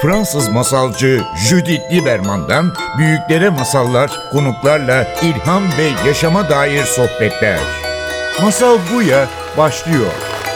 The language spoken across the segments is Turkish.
Fransız masalcı Judith Lieberman'dan büyüklere masallar, konuklarla ilham ve yaşama dair sohbetler. Masal Buya başlıyor.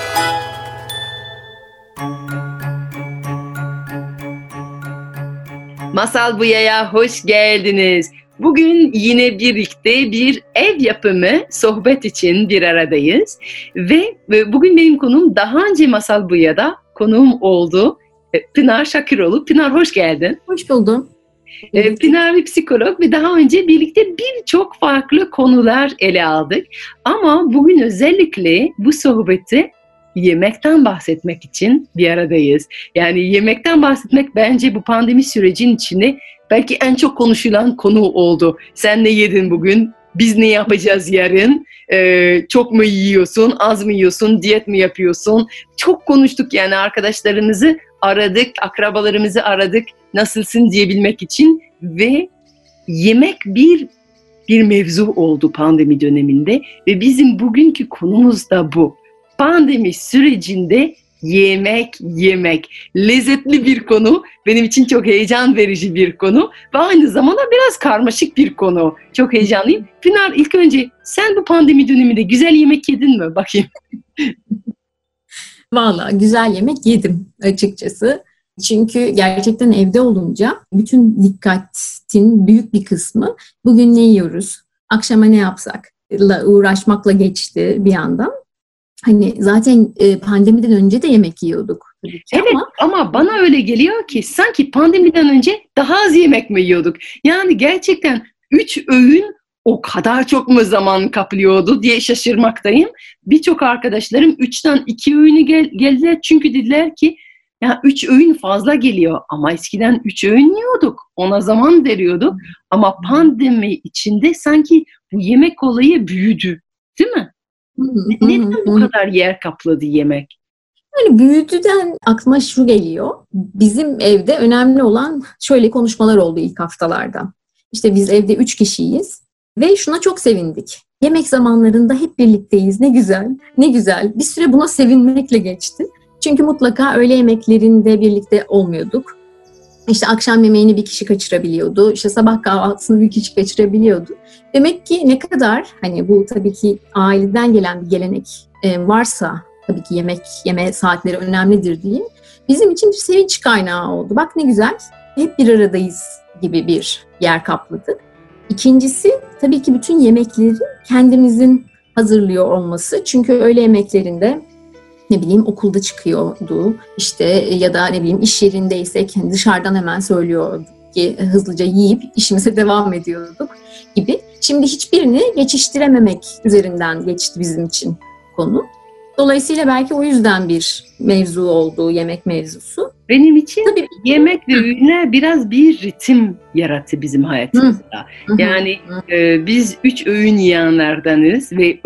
Masal Buya'ya hoş geldiniz. Bugün yine birlikte bir ev yapımı sohbet için bir aradayız. Ve bugün benim konuğum daha önce Masal Buya'da konuğum oldu. Pınar Şakiroğlu. Pınar hoş geldin. Hoş buldum. Pınar bir psikolog ve daha önce birlikte birçok farklı konular ele aldık. Ama bugün özellikle bu sohbeti yemekten bahsetmek için bir aradayız. Yani yemekten bahsetmek bence bu pandemi sürecinin içinde belki en çok konuşulan konu oldu. Sen ne yedin bugün? Biz ne yapacağız yarın? Çok mu yiyorsun? Az mı yiyorsun? Diyet mi yapıyorsun? Çok konuştuk yani, arkadaşlarımızı aradık, akrabalarımızı aradık. Nasılsın diyebilmek için ve yemek bir mevzu oldu pandemi döneminde ve bizim bugünkü konumuz da bu. Pandemi sürecinde yemek. Lezzetli bir konu. Benim için çok heyecan verici bir konu. Ve aynı zamanda biraz karmaşık bir konu. Çok heyecanlıyım. Pınar, ilk önce sen bu pandemi döneminde güzel yemek yedin mi? Bakayım. Vallahi güzel yemek yedim açıkçası. Çünkü gerçekten evde olunca bütün dikkatin büyük bir kısmı bugün ne yiyoruz, akşama ne yapsak uğraşmakla geçti bir yandan. Hani zaten pandemiden önce de yemek yiyorduk tabii ki. Evet ama bana öyle geliyor ki sanki pandemiden önce daha az yemek mi yiyorduk? Yani gerçekten 3 öğün o kadar çok mu zaman kaplıyordu diye şaşırmaktayım. Birçok arkadaşlarım 3'ten 2 öğünü geldiler çünkü dediler ki ya 3 öğün fazla geliyor ama eskiden 3 öğün yiyorduk. Ona zaman veriyorduk ama pandemi içinde sanki bu yemek olayı büyüdü, değil mi? Neden bu kadar yer kapladı yemek? Yani büyüdüden aklıma şu geliyor. Bizim evde önemli olan şöyle konuşmalar oldu ilk haftalarda. İşte biz evde 3 kişiyiz ve şuna çok sevindik. Yemek zamanlarında hep birlikteyiz. Ne güzel, ne güzel. Bir süre buna sevinmekle geçti. Çünkü mutlaka öğle yemeklerinde birlikte olmuyorduk. İşte akşam yemeğini bir kişi kaçırabiliyordu. İşte sabah kahvaltısını bir kişi kaçırabiliyordu. Demek ki ne kadar hani bu tabii ki aileden gelen bir gelenek varsa tabii ki yemek yeme saatleri önemlidir diyeyim. Bizim için bir sevinç kaynağı oldu. Bak ne güzel, hep bir aradayız gibi bir yer kapladı. İkincisi tabii ki bütün yemekleri kendimizin hazırlıyor olması. Çünkü öğle yemeklerinde ne bileyim okulda çıkıyordu işte ya da ne bileyim iş yerindeysek dışarıdan hemen söylüyorduk ki hızlıca yiyip işimize devam ediyorduk gibi. Şimdi hiçbirini geçiştirememek üzerinden geçti bizim için konu. Dolayısıyla belki o yüzden bir mevzu oldu, yemek mevzusu. Benim için tabii yemek ve öğünler biraz bir ritim yarattı bizim hayatımızda. Yani biz 3 öğün yiyenlerdenız ve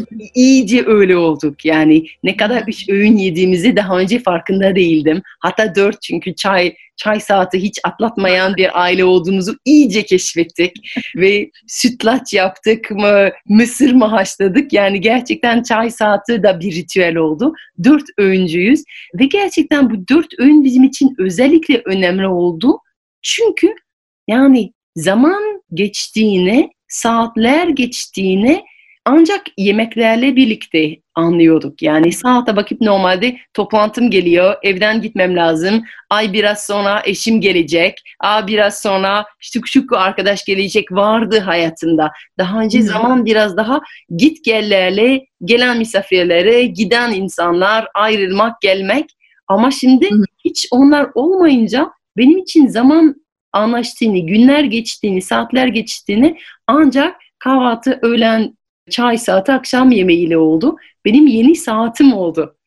iyice öyle olduk. Yani ne kadar 3 öğün yediğimizi daha önce farkında değildim. Hatta 4, çünkü çay saati hiç atlatmayan bir aile olduğumuzu iyice keşfettik. Ve sütlaç yaptık mı, mısır mı haşladık. Yani gerçekten çay saati de bir ritüel oldu. 4 öğüncüyüz ve gerçekten bu 4 öğün bizim için özellikle önemli oldu. Çünkü yani zaman geçtiğini, saatler geçtiğini ancak yemeklerle birlikte anlıyorduk. Yani saate bakıp normalde toplantım geliyor, evden gitmem lazım. Ay biraz sonra eşim gelecek. Biraz sonra şu arkadaş gelecek vardı hayatında. Daha önce zaman biraz daha git gellerle, gelen misafirlere, giden insanlar, ayrılmak, gelmek. Ama şimdi hiç onlar olmayınca benim için zaman anlaştığını, günler geçtiğini, saatler geçtiğini ancak kahvaltı, öğlen, çay saati, akşam yemeğiyle oldu. Benim yeni saatim oldu.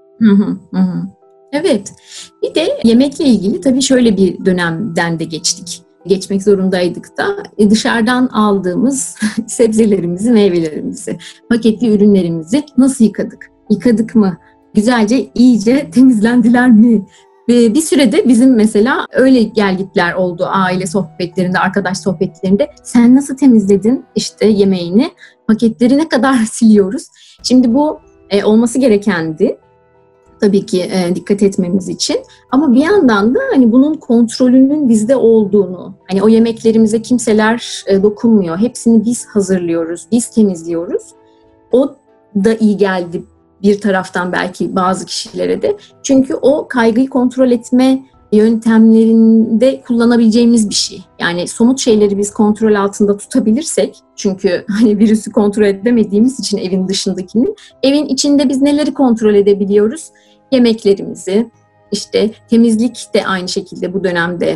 Evet. Bir de yemekle ilgili tabii şöyle bir dönemden de geçtik. Geçmek zorundaydık da dışarıdan aldığımız sebzelerimizi, meyvelerimizi, paketli ürünlerimizi nasıl yıkadık? Yıkadık mı? Güzelce, iyice temizlendiler mi? Ve bir sürede bizim mesela öyle gelgitler oldu aile sohbetlerinde, arkadaş sohbetlerinde. Sen nasıl temizledin işte yemeğini? Paketleri ne kadar siliyoruz? Şimdi bu olması gerekendi. tabii ki dikkat etmemiz için. Ama bir yandan da hani bunun kontrolünün bizde olduğunu, hani o yemeklerimize kimseler dokunmuyor. Hepsini biz hazırlıyoruz, biz temizliyoruz. O da iyi geldi bir taraftan belki bazı kişilere de. Çünkü o kaygıyı kontrol etme yöntemlerinde kullanabileceğimiz bir şey. Yani somut şeyleri biz kontrol altında tutabilirsek, çünkü hani virüsü kontrol edemediğimiz için evin dışındakini, evin içinde biz neleri kontrol edebiliyoruz? Yemeklerimizi, işte temizlik de aynı şekilde bu dönemde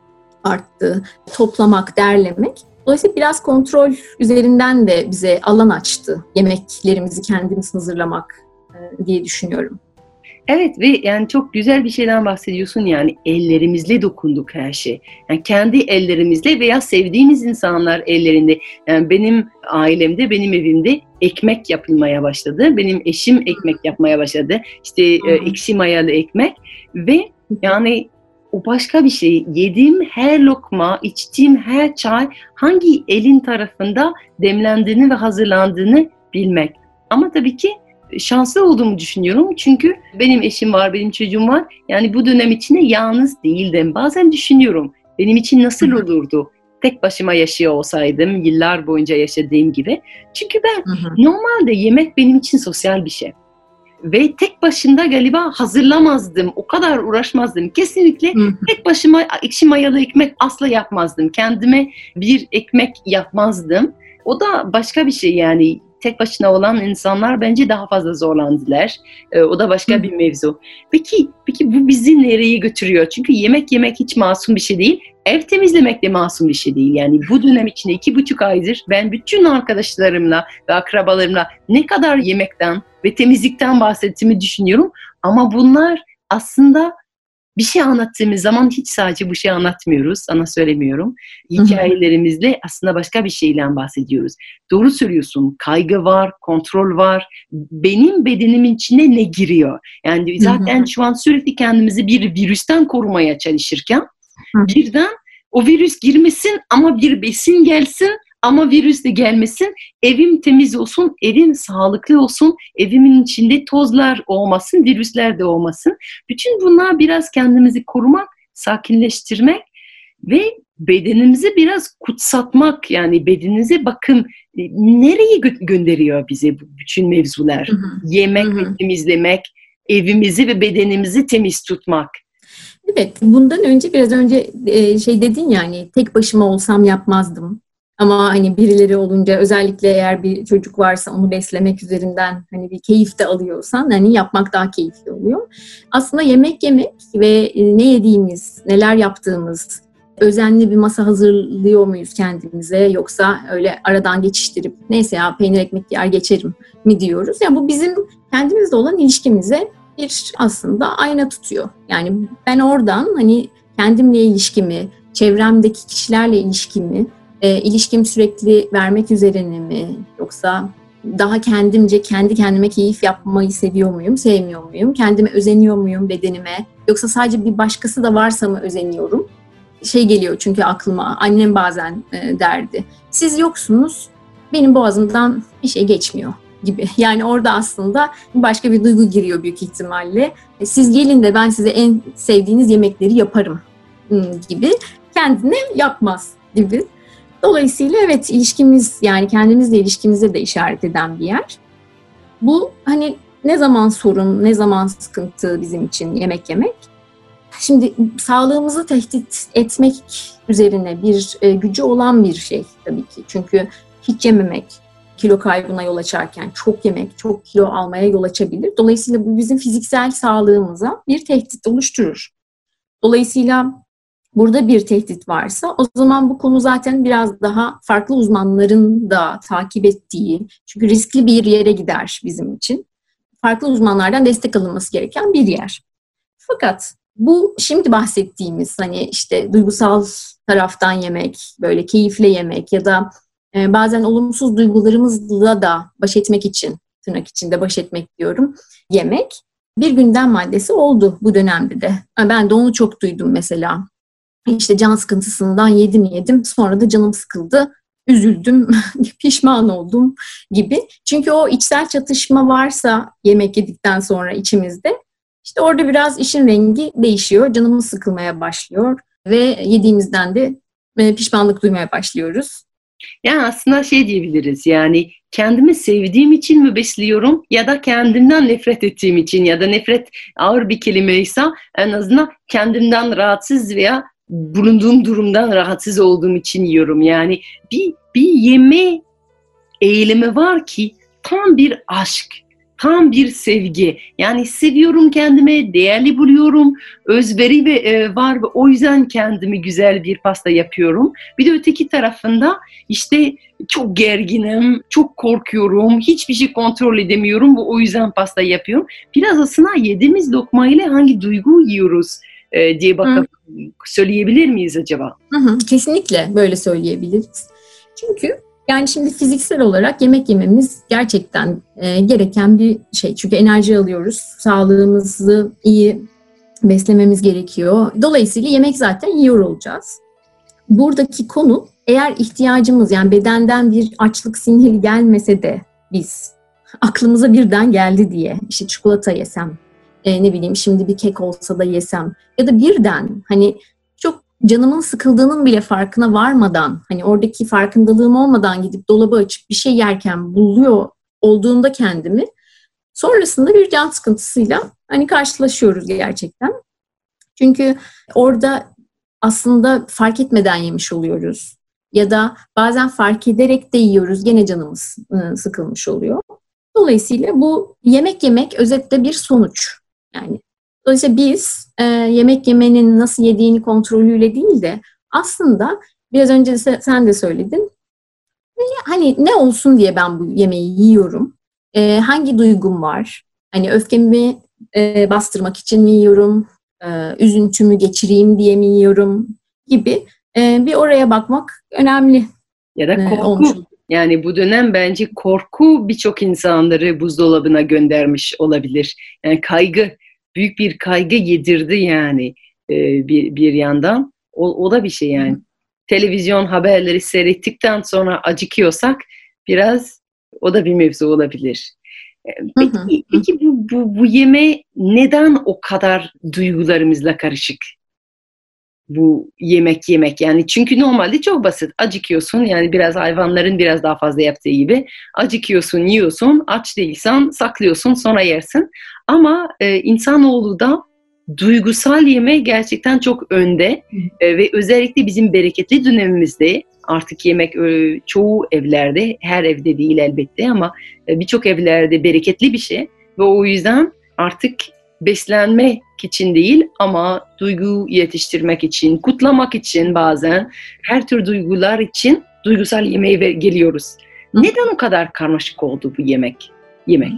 arttı. Toplamak, derlemek. Dolayısıyla biraz kontrol üzerinden de bize alan açtı. Yemeklerimizi kendimiz hazırlamak diye düşünüyorum. Evet ve yani çok güzel bir şeyden bahsediyorsun, yani ellerimizle dokunduk her şey. Yani kendi ellerimizle veya sevdiğimiz insanlar ellerinde. Yani benim ailemde, benim evimde ekmek yapılmaya başladı. Benim eşim ekmek yapmaya başladı. İşte ekşi mayalı ekmek ve yani o başka bir şey. Yediğim her lokma, içtiğim her çay hangi elin tarafında demlendiğini ve hazırlandığını bilmek. Ama tabii ki şanslı olduğumu düşünüyorum. Çünkü benim eşim var, benim çocuğum var. Yani bu dönem içinde yalnız değildim. Bazen düşünüyorum, benim için nasıl olurdu? Tek başıma yaşıyor olsaydım, yıllar boyunca yaşadığım gibi. Çünkü ben normalde yemek benim için sosyal bir şey. Ve tek başına galiba hazırlamazdım. O kadar uğraşmazdım. Kesinlikle tek başıma ekşi mayalı ekmek asla yapmazdım. Kendime bir ekmek yapmazdım. O da başka bir şey yani. Tek başına olan insanlar bence daha fazla zorlandılar. O da başka bir mevzu. Peki bu bizi nereye götürüyor? Çünkü yemek yemek hiç masum bir şey değil. Ev temizlemek de masum bir şey değil. Yani bu dönem içinde 2,5 aydır ben bütün arkadaşlarımla ve akrabalarımla ne kadar yemekten ve temizlikten bahsettiğimi düşünüyorum. Ama bunlar aslında bir şey anlattığımız zaman hiç sadece bu şey anlatmıyoruz, sana söylemiyorum. Hikayelerimizle aslında başka bir şeyden bahsediyoruz. Doğru söylüyorsun, kaygı var, kontrol var. Benim bedenimin içine ne giriyor? Yani zaten şu an sürekli kendimizi bir virüsten korumaya çalışırken birden o virüs girmesin ama bir besin gelsin ama virüs de gelmesin. Evim temiz olsun, evim sağlıklı olsun, evimin içinde tozlar olmasın, virüsler de olmasın. Bütün bunlar biraz kendimizi korumak, sakinleştirmek ve bedenimizi biraz kutsatmak. Yani bedeninize bakın nereye gönderiyor bize bu bütün mevzular. Yemek ve temizlemek, evimizi ve bedenimizi temiz tutmak. Evet, bundan önce biraz önce şey dedin yani tek başıma olsam yapmazdım. Ama hani birileri olunca özellikle eğer bir çocuk varsa onu beslemek üzerinden hani bir keyif de alıyorsan hani yapmak daha keyifli oluyor. Aslında yemek yemek ve ne yediğimiz, neler yaptığımız, özenli bir masa hazırlıyor muyuz kendimize yoksa öyle aradan geçiştirip neyse ya peynir ekmek yer geçerim mi diyoruz. Yani bu bizim kendimizle olan ilişkimize bir aslında ayna tutuyor. Yani ben oradan hani kendimle ilişkimi, çevremdeki kişilerle ilişkimi, ilişkim sürekli vermek üzerine mi yoksa daha kendimce kendi kendime keyif yapmayı seviyor muyum, sevmiyor muyum? Kendime özeniyor muyum bedenime? Yoksa sadece bir başkası da varsa mı özeniyorum? Şey geliyor çünkü aklıma, annem bazen derdi. Siz yoksunuz, benim boğazımdan bir şey geçmiyor gibi. Yani orada aslında başka bir duygu giriyor büyük ihtimalle. Siz gelin de ben size en sevdiğiniz yemekleri yaparım gibi. Kendine yapmaz gibi. Dolayısıyla evet ilişkimiz yani kendimizle ilişkimize de işaret eden bir yer. Bu hani ne zaman sorun, ne zaman sıkıntı bizim için yemek yemek. Şimdi sağlığımızı tehdit etmek üzerine bir gücü olan bir şey tabii ki. Çünkü hiç yememek kilo kaybına yol açarken çok yemek, çok kilo almaya yol açabilir. Dolayısıyla bu bizim fiziksel sağlığımıza bir tehdit oluşturur. Dolayısıyla burada bir tehdit varsa o zaman bu konu zaten biraz daha farklı uzmanların da takip ettiği, çünkü riskli bir yere gider bizim için. Farklı uzmanlardan destek alınması gereken bir yer. Fakat bu şimdi bahsettiğimiz hani işte duygusal taraftan yemek, böyle keyifle yemek ya da bazen olumsuz duygularımızla da baş etmek için, tırnak içinde baş etmek diyorum, yemek bir gündem maddesi oldu bu dönemde de. Ben de onu çok duydum mesela. İşte can sıkıntısından yedim sonra da canım sıkıldı, üzüldüm, pişman oldum gibi. Çünkü o içsel çatışma varsa yemek yedikten sonra içimizde İşte orada biraz işin rengi değişiyor. Canımız sıkılmaya başlıyor ve yediğimizden de pişmanlık duymaya başlıyoruz. Yani aslında şey diyebiliriz, yani kendimi sevdiğim için mi besliyorum ya da kendimden nefret ettiğim için, ya da nefret ağır bir kelimeyse en azından kendimden rahatsız veya bulunduğum durumdan rahatsız olduğum için yiyorum. Yani bir yeme eğilimi var ki tam bir aşk, tam bir sevgi. Yani seviyorum kendimi, değerli buluyorum, özveri var ve o yüzden kendimi güzel bir pasta yapıyorum. Bir de öteki tarafında işte çok gerginim, çok korkuyorum, hiçbir şey kontrol edemiyorum ve o yüzden pasta yapıyorum. Biraz aslında yediğimiz lokma ile hangi duygu yiyoruz diye bakıp söyleyebilir miyiz acaba? Kesinlikle böyle söyleyebiliriz. Çünkü yani şimdi fiziksel olarak yemek yememiz gerçekten gereken bir şey. Çünkü enerji alıyoruz, sağlığımızı iyi beslememiz gerekiyor. Dolayısıyla yemek zaten yiyor olacağız. Buradaki konu, eğer ihtiyacımız, yani bedenden bir açlık sinyali gelmese de biz aklımıza birden geldi diye işte çikolata yesem, ne bileyim şimdi bir kek olsa da yesem ya da birden hani çok canımın sıkıldığının bile farkına varmadan, hani oradaki farkındalığım olmadan gidip dolabı açıp bir şey yerken buluyor olduğumda kendimi, sonrasında bir can sıkıntısıyla hani karşılaşıyoruz gerçekten. Çünkü orada aslında fark etmeden yemiş oluyoruz. Ya da bazen fark ederek de yiyoruz, gene canımız sıkılmış oluyor. Dolayısıyla bu yemek özetle bir sonuç. Yani dolayısıyla biz yemek yemenin nasıl yediğini kontrolüyle değil de aslında biraz önce sen de söyledin. Hani ne olsun diye ben bu yemeği yiyorum. Hangi duygum var? Hani öfkemi bastırmak için mi yiyorum? Üzüntümü geçireyim diye mi yiyorum? Gibi bir oraya bakmak önemli. Ya da korku. Yani bu dönem bence korku birçok insanları buzdolabına göndermiş olabilir. Yani kaygı, büyük bir kaygı yedirdi yani bir yandan. O da bir şey yani. Televizyon haberleri seyrettikten sonra acıkıyorsak biraz o da bir mevzu olabilir. Peki bu yeme neden o kadar duygularımızla karışık? Bu yemek yani, çünkü normalde çok basit, acıkıyorsun, yani biraz hayvanların biraz daha fazla yaptığı gibi acıkıyorsun, yiyorsun, aç değilsen saklıyorsun, sonra yersin, ama insanoğlu da duygusal yeme gerçekten çok önde ve özellikle bizim bereketli dönemimizde artık yemek çoğu evlerde, her evde değil elbette ama birçok evlerde bereketli bir şey ve o yüzden artık beslenmek için değil ama duygu yetiştirmek için, kutlamak için, bazen her tür duygular için duygusal yemeğe geliyoruz. Neden o kadar karmaşık oldu bu yemek? Yani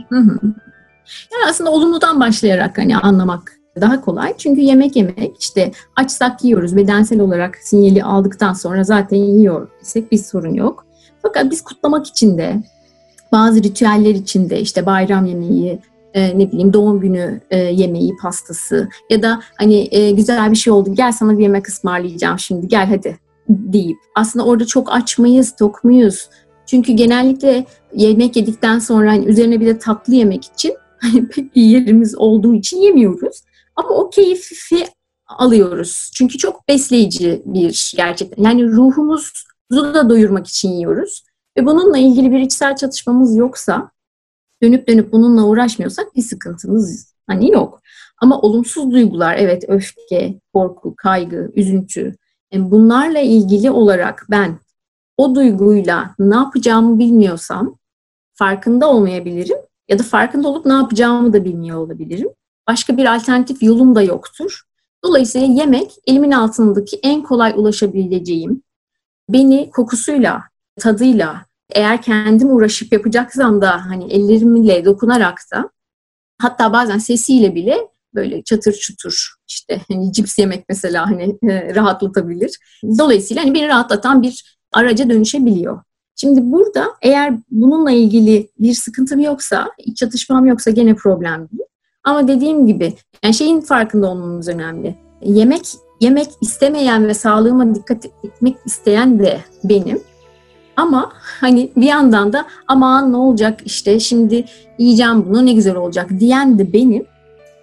aslında olumludan başlayarak hani anlamak daha kolay. Çünkü yemek işte açsak yiyoruz. Bedensel olarak sinyali aldıktan sonra zaten yiyor isek bir sorun yok. Fakat biz kutlamak için de, bazı ritüeller için de, işte bayram yemeği, ne bileyim doğum günü yemeği, pastası ya da hani güzel bir şey oldu, gel sana bir yemek ısmarlayacağım şimdi, gel hadi deyip aslında orada çok aç mıyız, tok muyuz? Çünkü genellikle yemek yedikten sonra hani üzerine bir de tatlı yemek için hani pek bir yerimiz olduğu için yemiyoruz. Ama o keyfi alıyoruz. Çünkü çok besleyici bir gerçekten. Yani ruhumuzu da doyurmak için yiyoruz. Ve bununla ilgili bir içsel çatışmamız yoksa, dönüp bununla uğraşmıyorsak bir sıkıntımız hani yok. Ama olumsuz duygular, evet, öfke, korku, kaygı, üzüntü, yani bunlarla ilgili olarak ben o duyguyla ne yapacağımı bilmiyorsam farkında olmayabilirim ya da farkında olup ne yapacağımı da bilmiyor olabilirim. Başka bir alternatif yolum da yoktur. Dolayısıyla yemek elimin altındaki en kolay ulaşabileceğim, beni kokusuyla, tadıyla, eğer kendim uğraşıp yapacaksam da hani ellerimle dokunarak da, hatta bazen sesiyle bile böyle çatır çutur, işte hani cips yemek mesela hani rahatlatabilir. Dolayısıyla hani beni rahatlatan bir araca dönüşebiliyor. Şimdi burada eğer bununla ilgili bir sıkıntım yoksa, iç çatışmam yoksa gene problem değil. Ama dediğim gibi yani şeyin farkında olmamız önemli. Yemek istemeyen ve sağlığıma dikkat etmek isteyen de benim. Ama hani bir yandan da aman ne olacak işte şimdi yiyeceğim bunu, ne güzel olacak diyen de benim.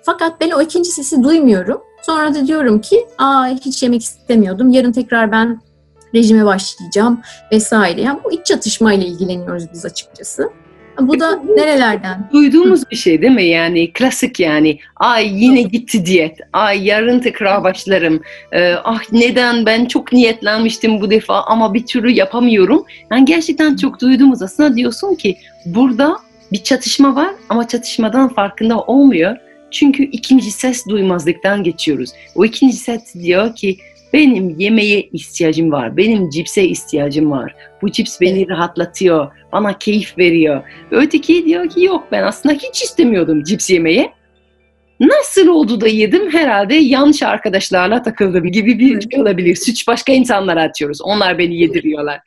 Fakat ben o ikinci sesi duymuyorum. Sonra da diyorum ki hiç yemek istemiyordum. Yarın tekrar ben rejime başlayacağım vesaire. Yani bu iç çatışmayla ilgileniyoruz biz açıkçası. Bu da nerelerden? Duyduğumuz bir şey değil mi? Yani klasik yani. Ay yine gitti diyet. Ay yarın tekrar başlarım. Neden ben çok niyetlenmiştim bu defa ama bir türlü yapamıyorum. Yani gerçekten çok duyduğumuz, aslında diyorsun ki burada bir çatışma var ama çatışmadan farkında olmuyor. Çünkü ikinci ses duymazlıktan geçiyoruz. O ikinci ses diyor ki benim yemeğe ihtiyacım var, benim cipse ihtiyacım var. Bu cips beni rahatlatıyor, bana keyif veriyor. Öteki diyor ki yok, ben aslında hiç istemiyordum cips yemeği. Nasıl oldu da yedim? Herhalde yanlış arkadaşlarla takıldım gibi bir şey olabilir. Suç başka insanlara atıyoruz. Onlar beni yediriyorlar.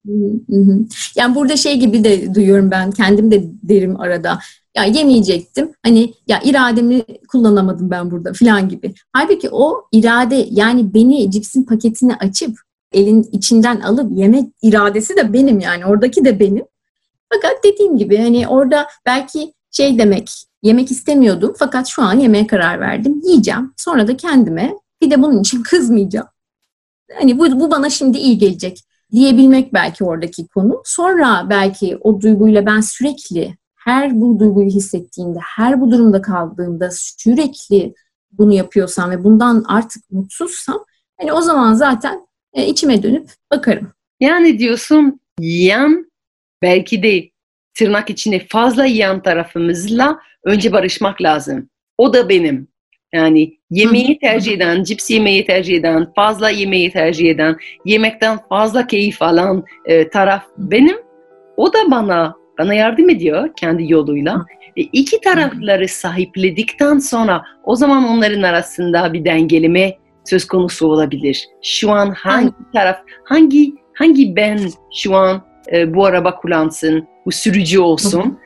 Yani burada şey gibi de duyuyorum ben. Kendim de derim arada. Ya yemeyecektim. Hani ya irademi kullanamadım ben burada falan gibi. Halbuki o irade, yani beni cipsin paketini açıp elin içinden alıp yemek iradesi de benim, yani oradaki de benim. Fakat dediğim gibi hani orada belki şey demek, yemek istemiyordum fakat şu an yemeye karar verdim. Yiyeceğim. Sonra da kendime bir de bunun için kızmayacağım. Hani bu bana şimdi iyi gelecek diyebilmek belki oradaki konu. Sonra belki o duyguyla ben sürekli her bu duyguyu hissettiğimde, her bu durumda kaldığımda sürekli bunu yapıyorsam ve bundan artık mutsuzsam hani o zaman zaten içime dönüp bakarım. Yani diyorsun yiyen, belki de tırnak içinde fazla yiyen tarafımızla önce barışmak lazım. O da benim. Yani yemeği tercih eden, cips yemeği tercih eden, fazla yemeği tercih eden, yemekten fazla keyif alan taraf benim. O da bana yardım ediyor kendi yoluyla. İki tarafları sahipledikten sonra o zaman onların arasında bir dengeleme söz konusu olabilir. Şu an hangi taraf, hangi ben şu an bu araba kullansın, bu sürücü olsun,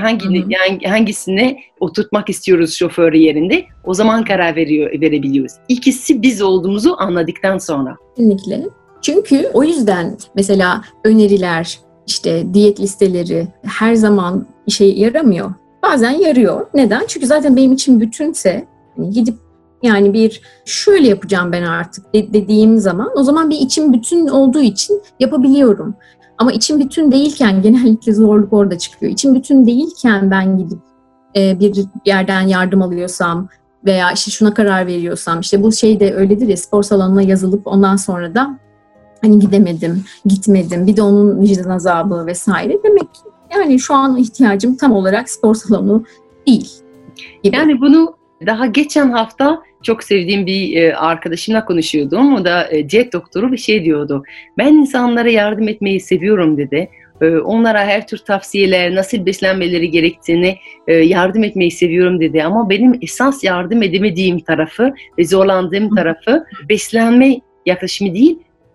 hangisini oturtmak istiyoruz şoför yerinde, o zaman karar verebiliyoruz. İkisi biz olduğumuzu anladıktan sonra. Kesinlikle. Çünkü o yüzden mesela öneriler, işte diyet listeleri her zaman işe yaramıyor. Bazen yarıyor. Neden? Çünkü zaten benim için bütünse hani gidip yani bir şöyle yapacağım ben artık dediğim zaman o zaman bir içim bütün olduğu için yapabiliyorum. Ama içim bütün değilken genellikle zorluk orada çıkıyor. İçim bütün değilken ben gidip bir yerden yardım alıyorsam veya işte şuna karar veriyorsam, işte bu şey de öyledir ya, spor salonuna yazılıp ondan sonra da hani gitmedim. Bir de onun vicdan azabı vesaire. Demek ki yani şu an ihtiyacım tam olarak spor salonu değil gibi. Yani bunu daha geçen hafta çok sevdiğim bir arkadaşımla konuşuyordum. O da diyet doktoru bir şey diyordu. Ben insanlara yardım etmeyi seviyorum dedi. Onlara her tür tavsiyeler, nasıl beslenmeleri gerektiğini yardım etmeyi seviyorum dedi. Ama benim esas yardım edemediğim tarafı ve zorlandığım tarafı beslenme yaklaşımı değil.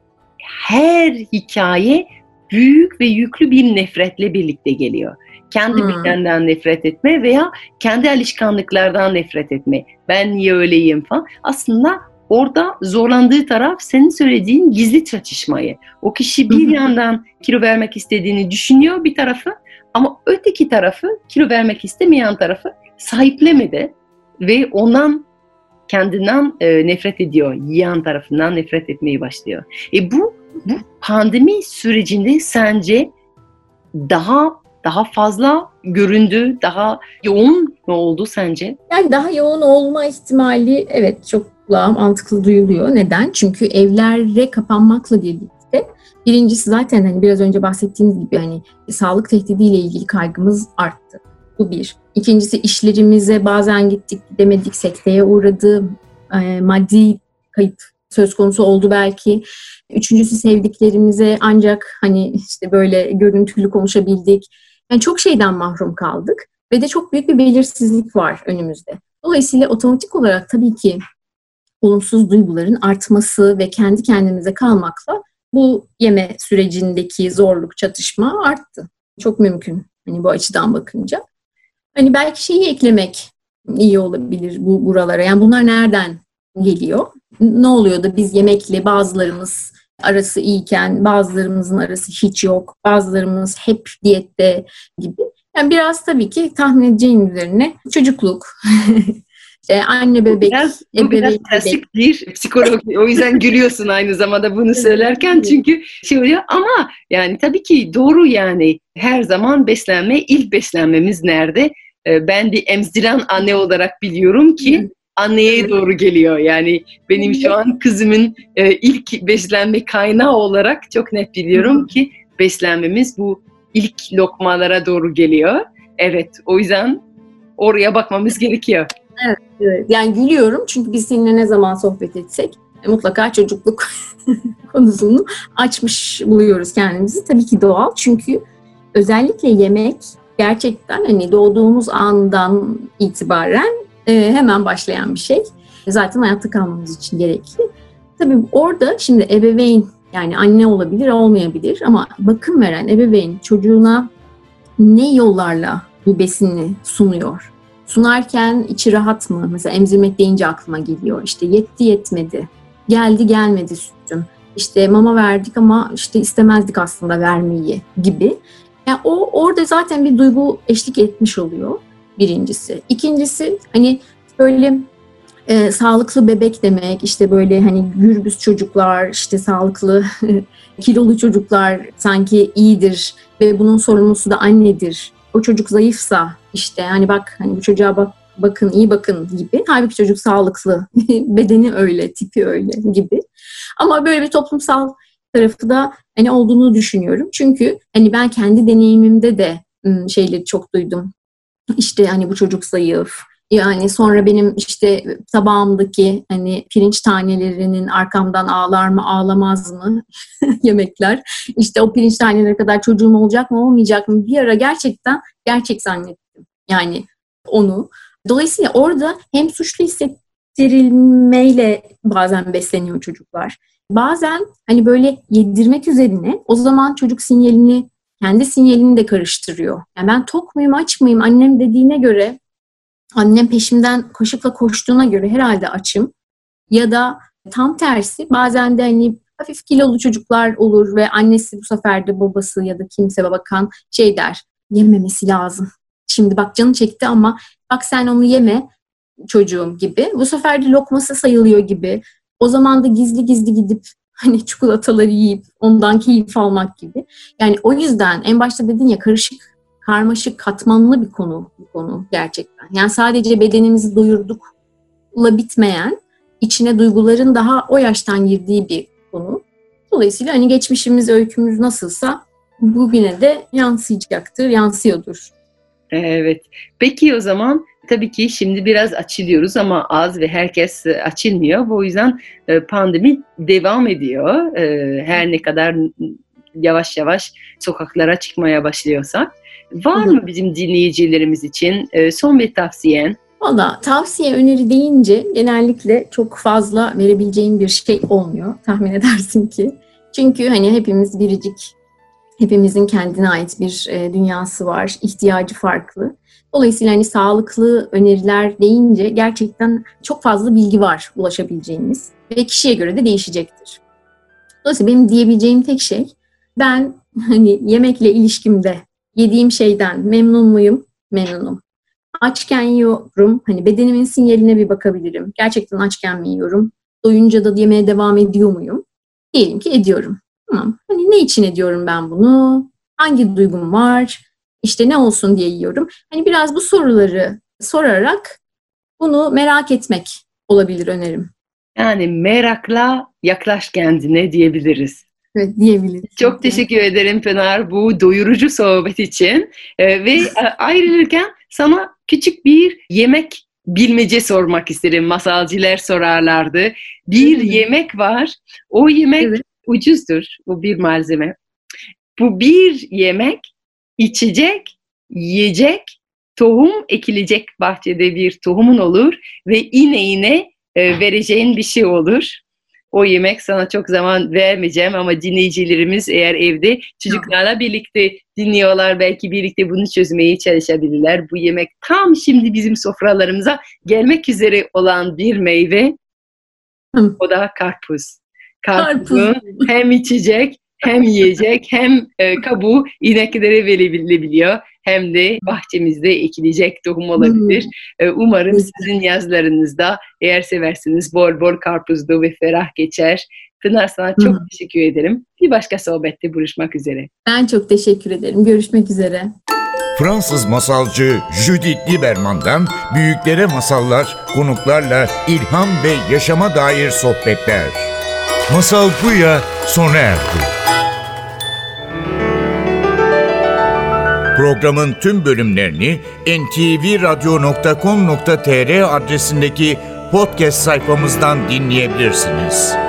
Her hikaye büyük ve yüklü bir nefretle birlikte geliyor. Kendi bedenden nefret etme veya kendi alışkanlıklardan nefret etme. Ben niye öyleyim falan. Aslında orada zorlandığı taraf senin söylediğin gizli çatışmayı. O kişi bir yandan kilo vermek istediğini düşünüyor bir tarafı, ama öteki tarafı, kilo vermek istemeyen tarafı sahiplemedi ve ondan, kendinden nefret ediyor. Yiyen tarafından nefret etmeye başlıyor. Bu pandemi sürecinde sence daha fazla göründü, daha yoğun mu oldu sence? Yani daha yoğun olma ihtimali evet çok mantıklı duyuluyor. Neden? Çünkü evlere kapanmakla birlikte birincisi zaten hani biraz önce bahsettiğimiz gibi hani sağlık tehdidiyle ilgili kaygımız arttı. Bu bir. İkincisi işlerimize bazen gittik gidemedik, sekteye uğradı, maddi kayıp söz konusu oldu belki. Üçüncüsü sevdiklerimize ancak hani işte böyle görüntülü konuşabildik. Yani çok şeyden mahrum kaldık ve de çok büyük bir belirsizlik var önümüzde. Dolayısıyla otomatik olarak tabii ki olumsuz duyguların artması ve kendi kendimize kalmakla bu yeme sürecindeki zorluk, çatışma arttı. Çok mümkün hani bu açıdan bakınca. Hani belki şeyi eklemek iyi olabilir buralara. Yani bunlar nereden geliyor? Ne oluyor da biz yemekle bazılarımız arası iyiyken bazılarımızın arası hiç yok, bazılarımız hep diyette gibi. Yani biraz tabii ki tahmin edeceğin üzerine çocukluk, Anne bebek, Bu biraz ebeveyn bebek. klasik bir psikoloji. O yüzden gülüyorsun aynı zamanda bunu söylerken. Çünkü şey oluyor ama yani tabii ki doğru yani. Her zaman beslenme, ilk beslenmemiz nerede? Ben bir emziren anne olarak biliyorum ki anneye doğru geliyor. Yani benim şu an kızımın ilk beslenme kaynağı olarak çok net biliyorum ki beslenmemiz bu ilk lokmalara doğru geliyor. Evet, o yüzden oraya bakmamız gerekiyor. Evet. Yani gülüyorum çünkü biz seninle ne zaman sohbet etsek mutlaka çocukluk konusunu açmış buluyoruz kendimizi. Tabii ki doğal çünkü özellikle yemek gerçekten hani doğduğumuz andan itibaren hemen başlayan bir şey. Zaten hayatta kalmamız için gerekli. Tabii orada şimdi ebeveyn yani anne olabilir olmayabilir ama bakım veren ebeveyn çocuğuna ne yollarla bu besini sunuyor? Sunarken içi rahat mı? Mesela emzirmek deyince aklıma geliyor. İşte yetti yetmedi, geldi gelmedi sütüm. İşte mama verdik ama işte istemezdik aslında vermeyi gibi. Yani orada zaten bir duygu eşlik etmiş oluyor birincisi. İkincisi hani böyle sağlıklı bebek demek, işte böyle hani gürbüz çocuklar, işte sağlıklı kilolu çocuklar sanki iyidir ve bunun sorumlusu da annedir. O çocuk zayıfsa işte hani bak hani bu çocuğa bakın iyi bakın gibi. Halbuki çocuk sağlıklı, bedeni öyle, tipi öyle gibi. Ama böyle bir toplumsal tarafı da hani olduğunu düşünüyorum. Çünkü hani ben kendi deneyimimde de şeyleri çok duydum. İşte hani bu çocuk zayıf. Yani sonra benim işte tabağımdaki hani pirinç tanelerinin arkamdan ağlar mı ağlamaz mı yemekler. İşte o pirinç taneleri kadar çocuğum olacak mı olmayacak mı bir ara gerçek zannettim. Yani onu. Dolayısıyla orada hem suçlu hissettirilmeyle bazen besleniyor çocuklar. Bazen hani böyle yedirmek üzerine o zaman çocuk kendi sinyalini de karıştırıyor. Yani ben tok muyum aç mıyım annem dediğine göre annem peşimden kaşıkla koştuğuna göre herhalde açım. Ya da tam tersi bazen de hani hafif kilolu çocuklar olur ve annesi bu sefer de babası ya da kimse bakan şey der. Yememesi lazım. Şimdi bak canı çekti ama bak sen onu yeme çocuğum gibi. Bu sefer de lokması sayılıyor gibi. O zaman da gizli gizli gidip hani çikolataları yiyip ondan keyif almak gibi. Yani o yüzden en başta dedin ya karmaşık, katmanlı bir konu bu konu gerçekten. Yani sadece bedenimizi doyurdukla bitmeyen, içine duyguların daha o yaştan girdiği bir konu. Dolayısıyla hani geçmişimiz, öykümüz nasılsa bugüne de yansıyordur. Evet. Peki o zaman tabii ki şimdi biraz açılıyoruz ama az ve herkes açılmıyor. Bu yüzden pandemi devam ediyor. Her ne kadar yavaş yavaş sokaklara çıkmaya başlıyorsak. Var mı bizim dinleyicilerimiz için son bir tavsiyen? Valla tavsiye öneri deyince genellikle çok fazla verebileceğim bir şey olmuyor. Tahmin edersin ki. Çünkü hani hepimiz biricik, hepimizin kendine ait bir dünyası var, ihtiyacı farklı. Dolayısıyla hani sağlıklı öneriler deyince gerçekten çok fazla bilgi var ulaşabileceğimiz ve kişiye göre de değişecektir. Dolayısıyla benim diyebileceğim tek şey ben hani yemekle ilişkimde yediğim şeyden memnun muyum? Memnunum. Açken yiyorum. Hani bedenimin sinyaline bir bakabilirim. Gerçekten açken mi yiyorum? Doyunca da yemeye devam ediyor muyum? Diyelim ki ediyorum. Tamam. Hani ne için ediyorum ben bunu? Hangi duygum var? İşte ne olsun diye yiyorum. Hani biraz bu soruları sorarak bunu merak etmek olabilir önerim. Yani merakla yaklaş kendine diyebiliriz. Evet, diyebiliriz. Çok teşekkür ederim Pınar bu doyurucu sohbet için. Ve ayrılırken sana küçük bir yemek bilmece sormak isterim. Masalcılar sorarlardı. Bir yemek var. O yemek ucuzdur. Bu bir malzeme. Bu bir yemek, içecek, yiyecek, tohum ekilecek bahçede bir tohumun olur ve ineğine vereceğin bir şey olur. O yemek sana çok zaman vermeyeceğim ama dinleyicilerimiz eğer evde çocuklarla birlikte dinliyorlar belki birlikte bunu çözmeye çalışabilirler. Bu yemek tam şimdi bizim sofralarımıza gelmek üzere olan bir meyve. O da karpuz. Karpuzun hem içecek hem yiyecek hem kabuğu ineklere verilebiliyor. hem de bahçemizde ekilecek tohum olabilir. Umarım sizin yazlarınızda eğer seversiniz bol bol karpuzlu ve ferah geçer. Pınar, sana çok teşekkür ederim. Bir başka sohbette buluşmak üzere. Ben çok teşekkür ederim. Görüşmek üzere. Fransız masalcı Judith Lieberman'dan büyüklere masallar, konuklarla ilham ve yaşama dair sohbetler. Masal Buya sona erdi. Programın tüm bölümlerini ntvradio.com.tr adresindeki podcast sayfamızdan dinleyebilirsiniz.